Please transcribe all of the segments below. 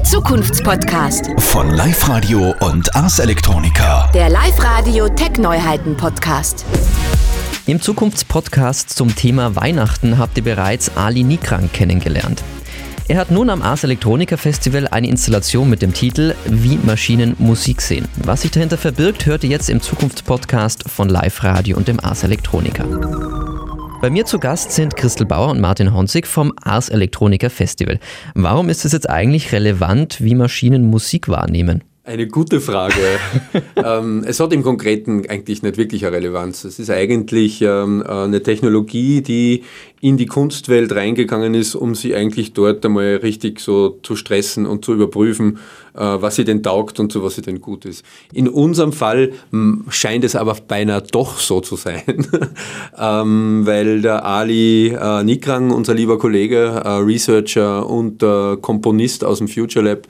Der Zukunftspodcast von Live Radio und Ars Electronica. Der Live Radio Tech Neuheiten Podcast. Im Zukunftspodcast zum Thema Weihnachten habt ihr bereits Ali Nikrang kennengelernt. Er hat nun am Ars Electronica Festival eine Installation mit dem Titel Wie Maschinen Musik sehen. Was sich dahinter verbirgt, hört ihr jetzt im Zukunftspodcast von Live Radio und dem Ars Electronica. Bei mir zu Gast sind Christel Bauer und Martin Honzig vom Ars Electronica Festival. Warum ist es jetzt eigentlich relevant, wie Maschinen Musik wahrnehmen? Eine gute Frage. Es hat im Konkreten eigentlich nicht wirklich eine Relevanz. Es ist eigentlich eine Technologie, die in die Kunstwelt reingegangen ist, um sie eigentlich dort einmal richtig so zu stressen und zu überprüfen, was sie denn taugt und zu was sie denn gut ist. In unserem Fall scheint es aber beinahe doch so zu sein, weil der Ali Nikrang, unser lieber Kollege, Researcher und Komponist aus dem Future Lab,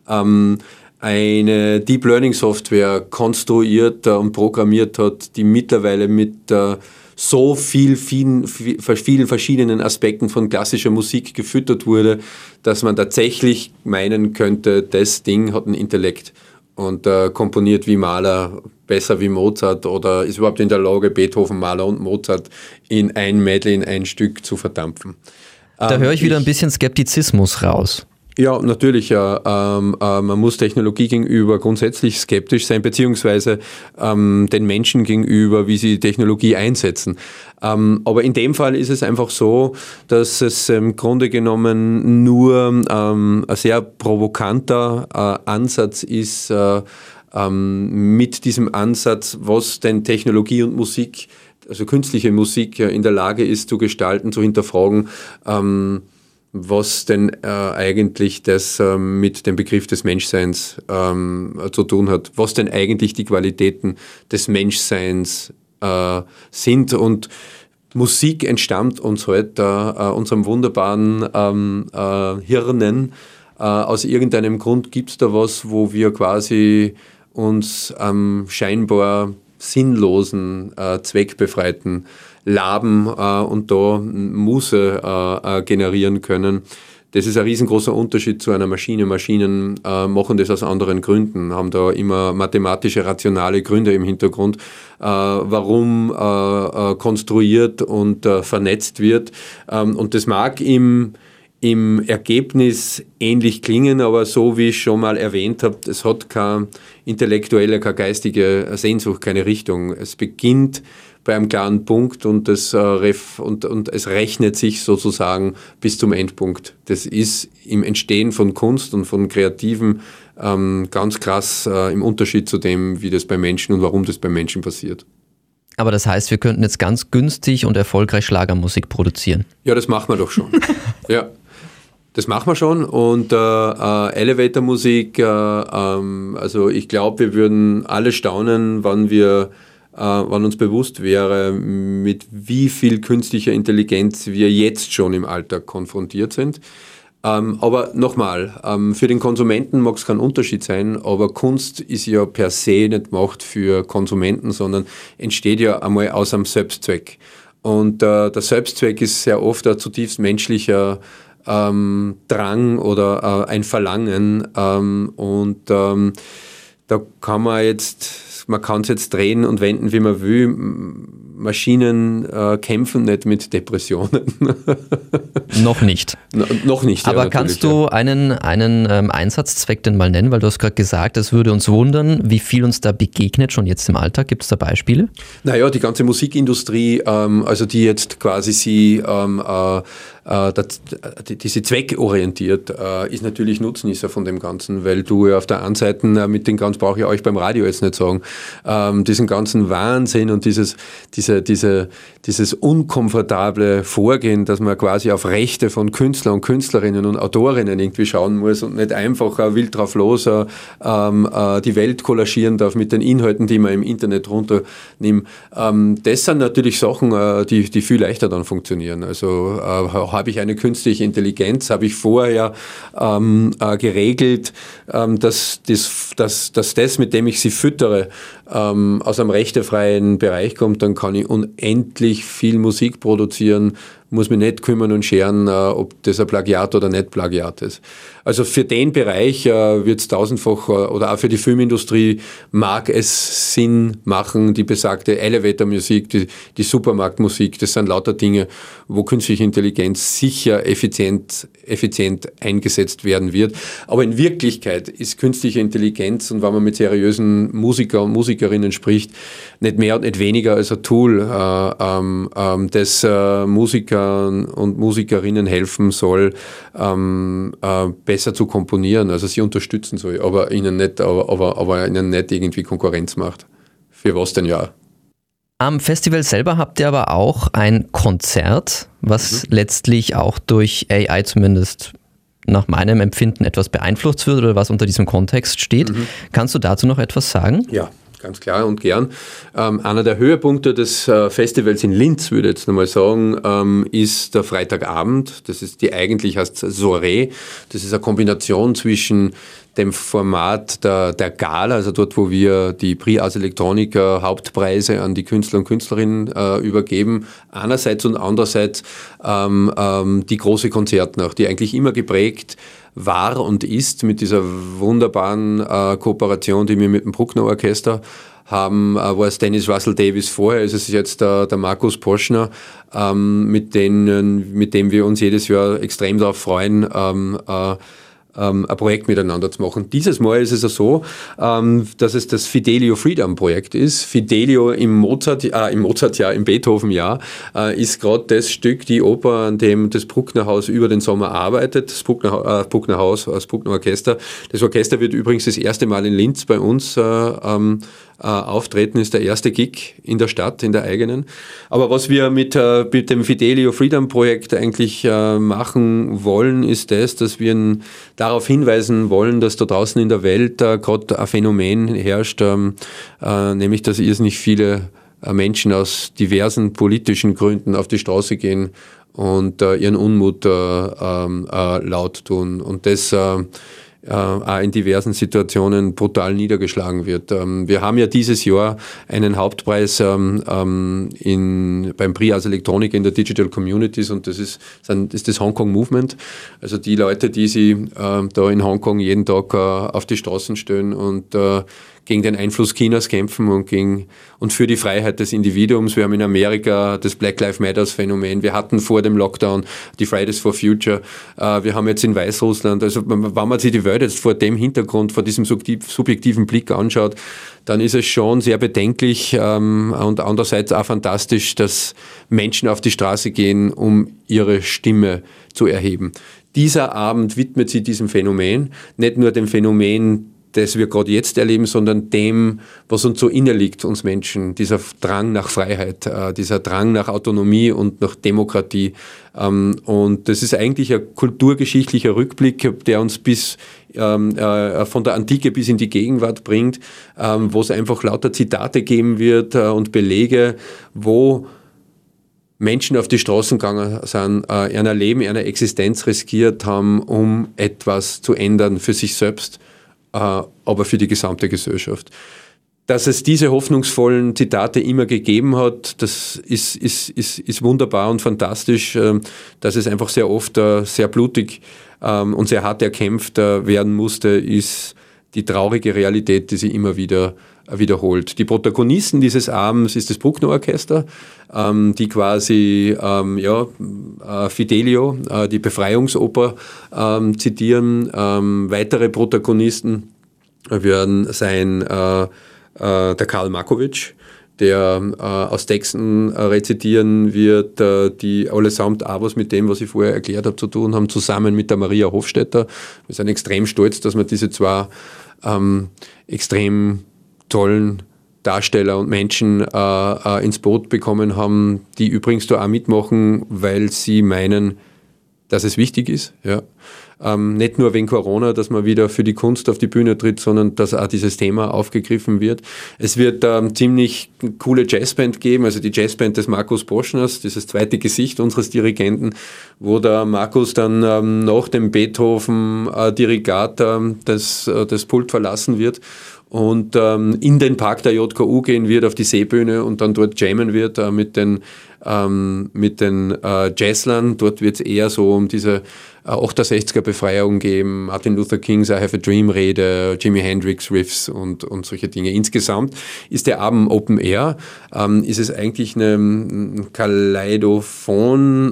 eine Deep Learning Software konstruiert und programmiert hat, die mittlerweile mit so vielen verschiedenen Aspekten von klassischer Musik gefüttert wurde, dass man tatsächlich meinen könnte, das Ding hat einen Intellekt und komponiert wie Mahler, besser wie Mozart oder ist überhaupt in der Lage, Beethoven, Mahler und Mozart in ein Medley, in ein Stück zu verdampfen. Da höre ich wieder ein bisschen Skeptizismus raus. Ja, natürlich. Man muss Technologie gegenüber grundsätzlich skeptisch sein, beziehungsweise den Menschen gegenüber, wie sie Technologie einsetzen. Aber in dem Fall ist es einfach so, dass es im Grunde genommen nur ein sehr provokanter Ansatz ist, mit diesem Ansatz, was denn Technologie und Musik, also künstliche Musik, in der Lage ist zu gestalten, zu hinterfragen, was denn eigentlich das mit dem Begriff des Menschseins zu tun hat, was denn eigentlich die Qualitäten des Menschseins sind. Und Musik entstammt uns halt unserem wunderbaren Hirnen. Aus irgendeinem Grund gibt es da was, wo wir quasi uns scheinbar sinnlosen, zweckbefreiten Laben und da Muße generieren können. Das ist ein riesengroßer Unterschied zu einer Maschine. Maschinen machen das aus anderen Gründen, haben da immer mathematische, rationale Gründe im Hintergrund, warum konstruiert und vernetzt wird. Und das mag im Ergebnis ähnlich klingen, aber so wie ich schon mal erwähnt habe, es hat keine intellektuelle, keine geistige Sehnsucht, keine Richtung. Es beginnt bei einem klaren Punkt und es rechnet sich sozusagen bis zum Endpunkt. Das ist im Entstehen von Kunst und von Kreativen ganz krass im Unterschied zu dem, wie das bei Menschen und warum das bei Menschen passiert. Aber das heißt, wir könnten jetzt ganz günstig und erfolgreich Schlagermusik produzieren. Ja, das machen wir doch schon. Ja. Das machen wir schon und Elevator-Musik, also ich glaube, wir würden alle staunen, wann uns bewusst wäre, mit wie viel künstlicher Intelligenz wir jetzt schon im Alltag konfrontiert sind. Aber nochmal, für den Konsumenten mag es kein Unterschied sein, aber Kunst ist ja per se nicht gemacht für Konsumenten, sondern entsteht ja einmal aus einem Selbstzweck. Und der Selbstzweck ist sehr oft ein zutiefst menschlicher Drang oder ein Verlangen da kann man kann es jetzt drehen und wenden, wie man will. Maschinen kämpfen nicht mit Depressionen. Noch nicht. Noch nicht. Aber ja, kannst du einen Einsatzzweck denn mal nennen? Weil du hast gerade gesagt, es würde uns wundern, wie viel uns da begegnet schon jetzt im Alltag. Gibt es da Beispiele? Naja, die ganze Musikindustrie, also die jetzt quasi diese zweckorientiert ist natürlich Nutznießer von dem Ganzen, weil du ja auf der einen Seite mit den ganzen, brauche ich euch beim Radio jetzt nicht sagen, diesen ganzen Wahnsinn und dieses unkomfortable Vorgehen, dass man quasi auf Rechte von Künstlern und Künstlerinnen und Autorinnen irgendwie schauen muss und nicht einfach wild drauf los die Welt kollagieren darf mit den Inhalten, die man im Internet runternimmt. Das sind natürlich Sachen, die viel leichter dann funktionieren. Also habe ich eine künstliche Intelligenz, habe ich vorher geregelt, dass das, mit dem ich sie füttere, aus einem rechtefreien Bereich kommt, dann kann ich unendlich viel Musik produzieren, muss mich nicht kümmern und scheren, ob das ein Plagiat oder nicht Plagiat ist. Also für den Bereich wird es tausendfach, oder auch für die Filmindustrie mag es Sinn machen, die besagte Elevator-Musik, die Supermarktmusik, das sind lauter Dinge, wo künstliche Intelligenz sicher effizient eingesetzt werden wird. Aber in Wirklichkeit ist künstliche Intelligenz, und wenn man mit seriösen Musiker und Musikerinnen spricht, nicht mehr und nicht weniger als ein Tool, das Musikern und Musikerinnen helfen soll, besser zu komponieren, also sie unterstützen soll, aber ihnen nicht irgendwie Konkurrenz macht. Für was denn ja? Am Festival selber habt ihr aber auch ein Konzert, was letztlich auch durch AI zumindest nach meinem Empfinden etwas beeinflusst wird oder was unter diesem Kontext steht. Kannst du dazu noch etwas sagen? Ja, ganz klar und gern. Einer der Höhepunkte des Festivals in Linz, würde ich jetzt nochmal sagen, ist der Freitagabend. Das ist eigentlich heißt Soiree. Das ist eine Kombination zwischen dem Format der Gala, also dort, wo wir die Prix Ars Electronica Hauptpreise an die Künstler und Künstlerinnen übergeben, einerseits und andererseits die große Konzertnacht, die eigentlich immer geprägt war und ist mit dieser wunderbaren Kooperation, die wir mit dem Bruckner Orchester haben, war es Dennis Russell Davies vorher, ist es jetzt der Markus Poschner, mit dem wir uns jedes Jahr extrem darauf freuen, ein Projekt miteinander zu machen. Dieses Mal ist es so, dass es das Fidelio Freedom Projekt ist. Fidelio im Beethoven-Jahr ist gerade das Stück, die Oper, an dem das Bruckner Haus über den Sommer arbeitet, das Bruckner Haus, das Bruckner Orchester. Das Orchester wird übrigens das erste Mal in Linz bei uns auftreten, ist der erste Gig in der Stadt, in der eigenen. Aber was wir mit dem Fidelio Freedom Projekt eigentlich machen wollen, ist das, dass wir darauf hinweisen wollen, dass da draußen in der Welt gerade ein Phänomen herrscht, nämlich dass irrsinnig viele Menschen aus diversen politischen Gründen auf die Straße gehen und ihren Unmut laut tun. Und das auch in diversen Situationen brutal niedergeschlagen wird. Wir haben ja dieses Jahr einen Hauptpreis beim Prix Ars Electronica in der Digital Communities, und das ist das Hongkong Movement. Also die Leute, die sich da in Hongkong jeden Tag auf die Straßen stellen und gegen den Einfluss Chinas kämpfen und für die Freiheit des Individuums. Wir haben in Amerika das Black Lives Matter Phänomen. Wir hatten vor dem Lockdown die Fridays for Future. Wir haben jetzt in Weißrussland, also wenn man sich die Welt jetzt vor dem Hintergrund, vor diesem subjektiven Blick anschaut, dann ist es schon sehr bedenklich und andererseits auch fantastisch, dass Menschen auf die Straße gehen, um ihre Stimme zu erheben. Dieser Abend widmet sich diesem Phänomen, nicht nur dem Phänomen, das wir gerade jetzt erleben, sondern dem, was uns so inne liegt, uns Menschen, dieser Drang nach Freiheit, dieser Drang nach Autonomie und nach Demokratie. Und das ist eigentlich ein kulturgeschichtlicher Rückblick, der uns von der Antike bis in die Gegenwart bringt, wo es einfach lauter Zitate geben wird und Belege, wo Menschen auf die Straßen gegangen sind, ihr Leben, ihre Existenz riskiert haben, um etwas zu ändern für sich selbst, aber für die gesamte Gesellschaft. Dass es diese hoffnungsvollen Zitate immer gegeben hat, das ist wunderbar und fantastisch. Dass es einfach sehr oft sehr blutig und sehr hart erkämpft werden musste, ist die traurige Realität, die sich immer wieder wiederholt. Die Protagonisten dieses Abends ist das Bruckner Orchester, die quasi Fidelio, die Befreiungsoper, zitieren. Weitere Protagonisten werden sein der Karl Markovic, der aus Texten rezitieren wird, die allesamt auch was mit dem, was ich vorher erklärt habe, zu tun haben, zusammen mit der Maria Hofstetter. Wir sind extrem stolz, dass wir diese zwei extrem tollen Darsteller und Menschen ins Boot bekommen haben, die übrigens da auch mitmachen, weil sie meinen, dass es wichtig ist. Ja. Nicht nur wegen Corona, dass man wieder für die Kunst auf die Bühne tritt, sondern dass auch dieses Thema aufgegriffen wird. Es wird ziemlich coole Jazzband geben, also die Jazzband des Markus Poschners, dieses zweite Gesicht unseres Dirigenten, wo der Markus dann nach dem Beethoven-Dirigat das Pult verlassen wird und in den Park der JKU gehen wird, auf die Seebühne und dann dort jammen wird mit den Jazzlern. Dort wird es eher so um diese 68er Befreiung geben, Martin Luther Kings I Have a Dream Rede, Jimi Hendrix Riffs und solche Dinge. Insgesamt ist der Abend Open Air, ist es eigentlich ein Kaleidophon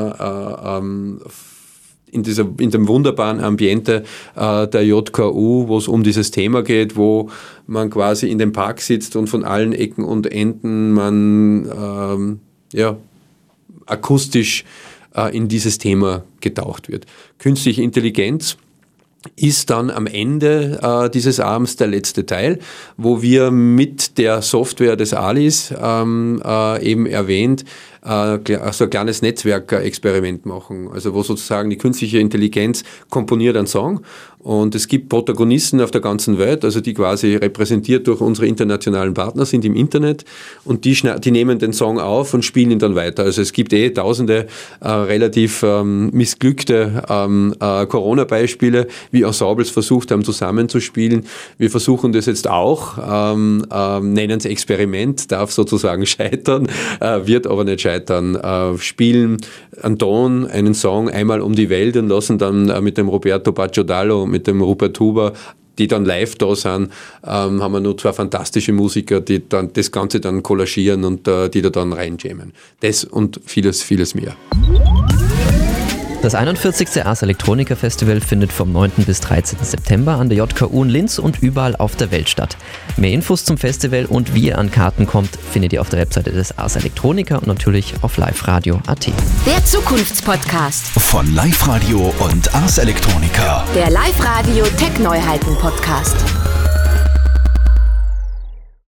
in dem wunderbaren Ambiente der JKU, wo es um dieses Thema geht, wo man quasi in dem Park sitzt und von allen Ecken und Enden man akustisch in dieses Thema getaucht wird. Künstliche Intelligenz ist dann am Ende dieses Abends der letzte Teil, wo wir mit der Software des ALIS eben erwähnt, so ein kleines Netzwerkexperiment machen, also wo sozusagen die künstliche Intelligenz komponiert einen Song und es gibt Protagonisten auf der ganzen Welt, also die quasi repräsentiert durch unsere internationalen Partner sind im Internet und die nehmen den Song auf und spielen ihn dann weiter. Also es gibt tausende relativ missglückte Corona-Beispiele, wie Ensembles versucht haben zusammenzuspielen. Wir versuchen das jetzt auch, nennen es Experiment, darf sozusagen scheitern, wird aber nicht scheitern. Spielen einen Ton, einen Song einmal um die Welt und lassen dann mit dem Roberto Bacciodallo, mit dem Rupert Huber, die dann live da sind, haben wir nur zwei fantastische Musiker, die dann das Ganze dann kollagieren und die da dann reinjammen. Das und vieles, vieles mehr. Das 41. Ars Electronica Festival findet vom 9. bis 13. September an der JKU in Linz und überall auf der Welt statt. Mehr Infos zum Festival und wie ihr an Karten kommt, findet ihr auf der Webseite des Ars Electronica und natürlich auf liveradio.at. Der Zukunftspodcast Von Live Radio und Ars Electronica. Der Live Radio Tech Neuheiten Podcast.